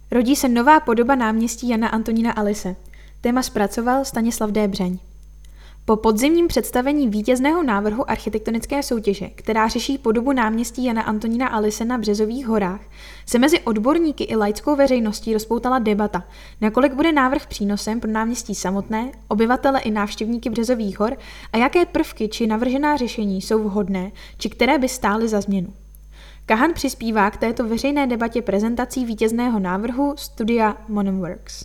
Rodí se nová podoba náměstí Jana Antonína Alise. Téma zpracoval Stanislav D. Břeň. Po podzimním představení vítězného návrhu architektonické soutěže, která řeší podobu náměstí Jana Antonína Alise na Březových horách, se mezi odborníky i laickou veřejností rozpoutala debata, nakolik bude návrh přínosem pro náměstí samotné, obyvatele i návštěvníky Březových hor a jaké prvky či navržená řešení jsou vhodné, či které by stály za změnu. Kahan přispívá k této veřejné debatě prezentací vítězného návrhu studia Monomworks.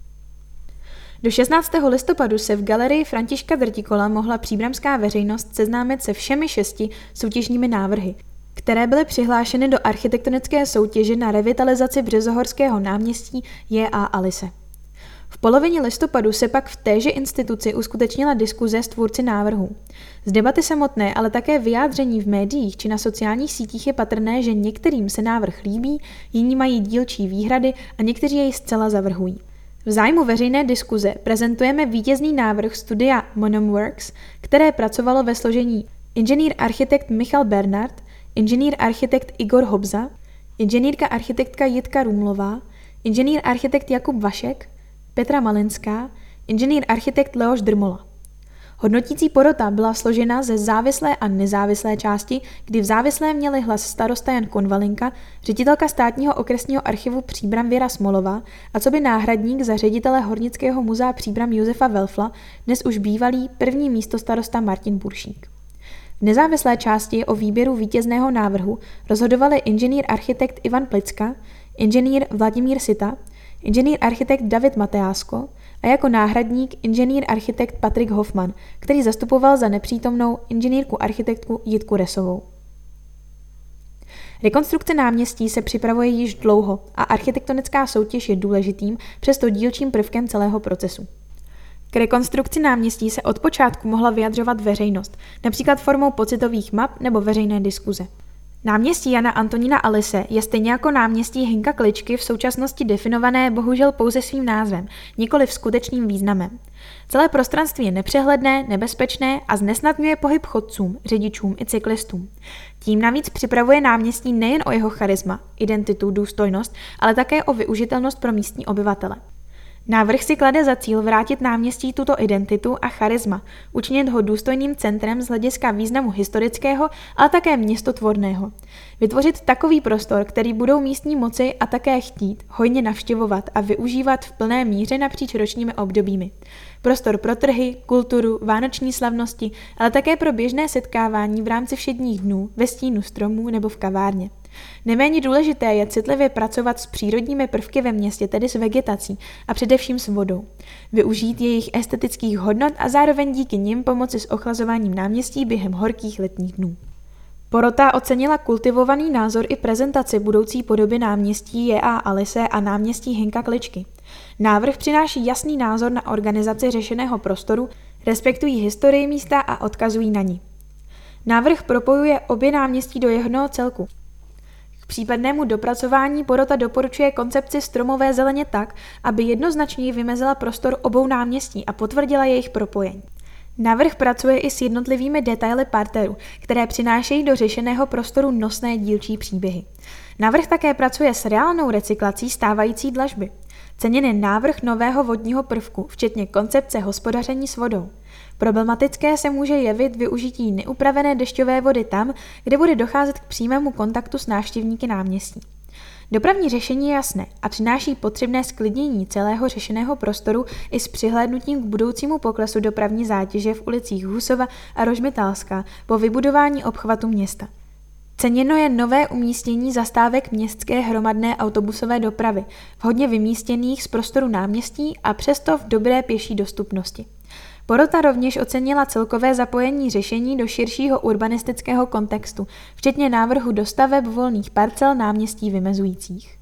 Do 16. listopadu se v galerii Františka Drtikola mohla příbramská veřejnost seznámit se všemi 6 soutěžními návrhy, které byly přihlášeny do architektonické soutěže na revitalizaci Březohorského náměstí J.A. Alise. V polovině listopadu se pak v téže instituci uskutečnila diskuze s tvůrci návrhů. Z debaty samotné, ale také vyjádření v médiích či na sociálních sítích je patrné, že některým se návrh líbí, jiní mají dílčí výhrady a někteří jej zcela zavrhují. V zájmu veřejné diskuze prezentujeme vítězný návrh studia Monomworks, které pracovalo ve složení inženýr-architekt Michal Bernard, inženýr-architekt Igor Hobza, inženýrka-architektka Jitka Rumlová, inženýr-architekt Jakub Vašek, Petra Malinská, inženýr-architekt Leoš Drmola. Hodnotící porota byla složena ze závislé a nezávislé části, kdy v závislé měli hlas starosta Jan Konvalinka, ředitelka státního okresního archivu Příbram Věra Smolová a coby náhradník za ředitele Hornického muzea Příbram Josefa Welfla, dnes už bývalý první místostarosta Martin Buršík. V nezávislé části o výběru vítězného návrhu rozhodovali inženýr-architekt Ivan Plicka, inženýr Vladimír Sita, inženýr-architekt David Mateásko a jako náhradník inženýr-architekt Patrik Hoffman, který zastupoval za nepřítomnou inženýrku-architektku Jitku Resovou. Rekonstrukce náměstí se připravuje již dlouho a architektonická soutěž je důležitým, přesto dílčím prvkem celého procesu. K rekonstrukci náměstí se od počátku mohla vyjadřovat veřejnost, například formou pocitových map nebo veřejné diskuze. Náměstí Jana Antonína Alise je stejně jako náměstí Hynka Kličky v současnosti definované bohužel pouze svým názvem, nikoliv skutečným významem. Celé prostranství je nepřehledné, nebezpečné a znesnadňuje pohyb chodcům, řidičům i cyklistům. Tím navíc připravuje náměstí nejen o jeho charisma, identitu, důstojnost, ale také o využitelnost pro místní obyvatele. Návrh si klade za cíl vrátit náměstí tuto identitu a charisma, učinit ho důstojným centrem z hlediska významu historického, ale také městotvorného. Vytvořit takový prostor, který budou místní moci a také chtít hojně navštěvovat a využívat v plné míře napříč ročními obdobími. Prostor pro trhy, kulturu, vánoční slavnosti, ale také pro běžné setkávání v rámci všedních dnů, ve stínu stromů nebo v kavárně. Neméně důležité je citlivě pracovat s přírodními prvky ve městě, tedy s vegetací a především s vodou. Využít jejich estetických hodnot a zároveň díky nim pomoci s ochlazováním náměstí během horkých letních dnů. Porota ocenila kultivovaný názor i prezentaci budoucí podoby náměstí J.A. Alise a náměstí Hynka Kličky. Návrh přináší jasný názor na organizaci řešeného prostoru, respektují historii místa a odkazují na ní. Návrh propojuje obě náměstí do jednoho celku. K případnému dopracování porota doporučuje koncepci stromové zeleně tak, aby jednoznačně vymezila prostor obou náměstí a potvrdila jejich propojení. Návrh pracuje i s jednotlivými detaily parteru, které přinášejí do řešeného prostoru nosné dílčí příběhy. Návrh také pracuje s reálnou recyklací stávající dlažby. Ceněn je návrh nového vodního prvku, včetně koncepce hospodaření s vodou. Problematické se může jevit využití neupravené dešťové vody tam, kde bude docházet k přímému kontaktu s návštěvníky náměstí. Dopravní řešení je jasné a přináší potřebné sklidnění celého řešeného prostoru i s přihlédnutím k budoucímu poklesu dopravní zátěže v ulicích Husova a Rožmitálská po vybudování obchvatu města. Ceněno je nové umístění zastávek městské hromadné autobusové dopravy, vhodně vymístěných z prostoru náměstí a přesto v dobré pěší dostupnosti. Porota rovněž ocenila celkové zapojení řešení do širšího urbanistického kontextu, včetně návrhu do staveb volných parcel náměstí vymezujících.